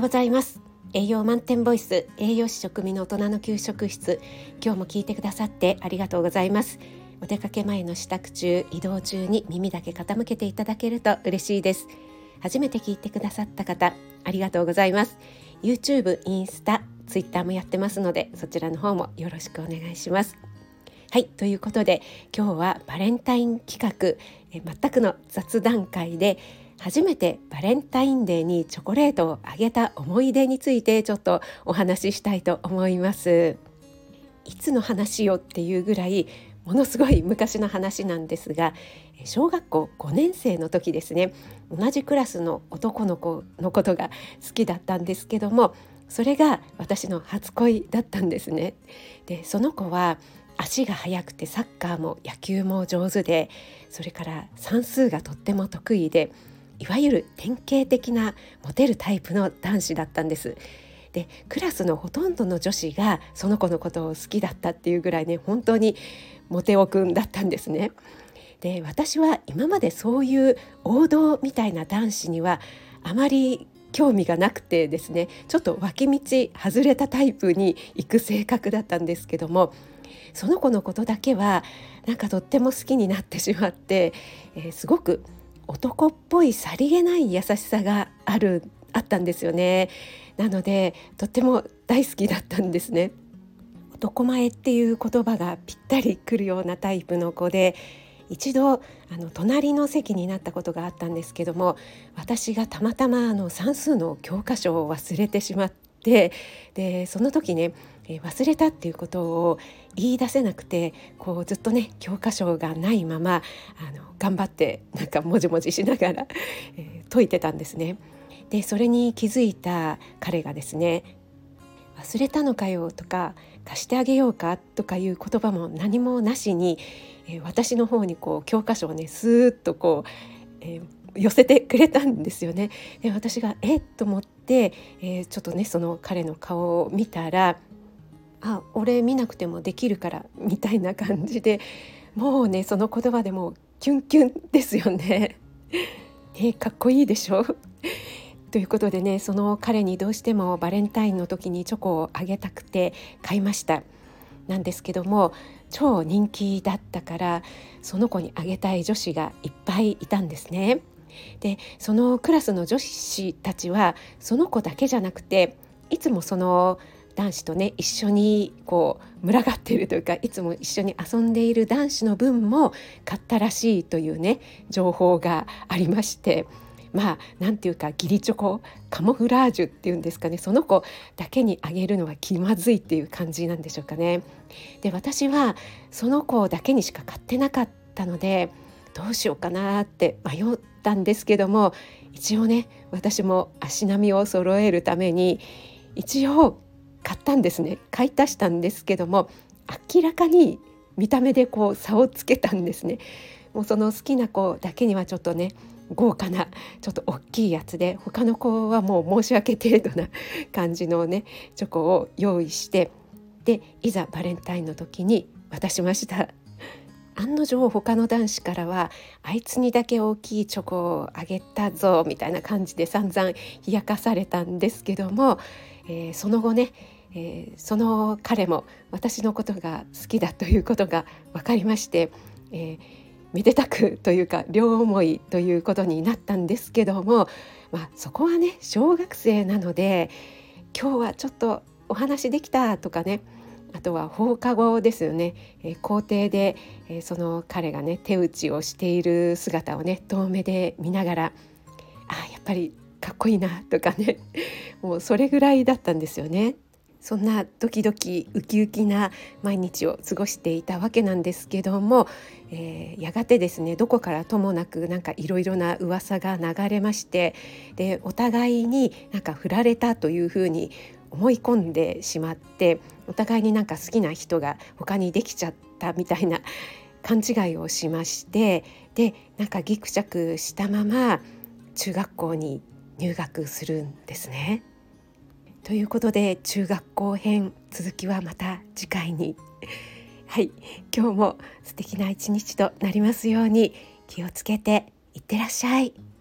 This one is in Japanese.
ございます。栄養満点ボイス、栄養士食味の大人の給食室。今日も聞いてくださってありがとうございます。お出かけ前の支度中、移動中に耳だけ傾けていただけると嬉しいです。初めて聞いてくださった方、ありがとうございます。 YouTube、インスタ、Twitter もやってますので、そちらの方もよろしくお願いします。はい、ということで今日はバレンタイン企画、全くの雑談会で、初めてバレンタインデーにチョコレートをあげた思い出についてちょっとお話ししたいと思います。いつの話よっていうぐらいものすごい昔の話なんですが、小学校5年生の時ですね、同じクラスの男の子のことが好きだったんですけども、それが私の初恋だったんですね。で、その子は足が速くてサッカーも野球も上手で、それから算数がとっても得意で、いわゆる典型的なモテるタイプの男子だったんです。で、クラスのほとんどの女子がその子のことを好きだったっていうぐらいね、本当にモテ男くんだったんですね。で、私は今までそういう王道みたいな男子にはあまり興味がなくてですね、ちょっと脇道外れたタイプに行く性格だったんですけども、その子のことだけはなんかとっても好きになってしまって、すごく男っぽいさりげない優しさがあったんですよね。なのでとっても大好きだったんですね。男前っていう言葉がぴったりくるようなタイプの子で、一度隣の席になったことがあったんですけども、私がたまたま算数の教科書を忘れてしまって、でその時ね、忘れたっていうことを言い出せなくて、こうずっとね教科書がないまま頑張ってなんかもじもじしながら、解いてたんですね。でそれに気づいた彼がですね、忘れたのかよとか、貸してあげようかとかいう言葉も何もなしに、私の方にこう教科書をねスーッとこう、寄せてくれたんですよね。で私がと思って、ちょっとねその彼の顔を見たら、俺見なくてもできるからみたいな感じで、もうねその言葉でもうキュンキュンですよね。かっこいいでしょということでね、その彼にどうしてもバレンタインの時にチョコをあげたくて買いました。なんですけども、超人気だったからその子にあげたい女子がいっぱいいたんですね。でそのクラスの女子たちはその子だけじゃなくて、いつもその男子とね一緒にこう群がっているというか、いつも一緒に遊んでいる男子の分も買ったらしいというね情報がありまして、なんていうか義理チョコカモフラージュっていうんですかね、その子だけにあげるのは気まずいっていう感じなんでしょうかね。で私はその子だけにしか買ってなかったので、どうしようかなって迷ったんですけども、一応ね私も足並みを揃えるために一応買ったんですね。買い足したんですけども、明らかに見た目でこう差をつけたんですね。もうその好きな子だけにはちょっとね豪華なちょっと大きいやつで、他の子はもう申し訳程度な感じのねチョコを用意して、でいざバレンタインの時に渡しました。案の定他の男子からは、あいつにだけ大きいチョコをあげたぞみたいな感じで散々冷やかされたんですけども、その後ね、その彼も私のことが好きだということが分かりまして、めでたくというか両思いということになったんですけども、そこはね小学生なので、今日はちょっとお話できたとかね、あとは放課後ですよね、校庭で、その彼がね手打ちをしている姿をね遠目で見ながら、やっぱりかっこいいなとかねもうそれぐらいだったんですよね。そんなドキドキウキウキな毎日を過ごしていたわけなんですけども、やがてですねどこからともなくなんかいろいろな噂が流れまして、でお互いになんか振られたというふうに思い込んでしまって、お互いになんか好きな人が他にできちゃったみたいな勘違いをしまして、でなんかギクシャクしたまま中学校に入学するんですね。ということで中学校編、続きはまた次回に。はい、今日も素敵な一日となりますように。気をつけていってらっしゃい。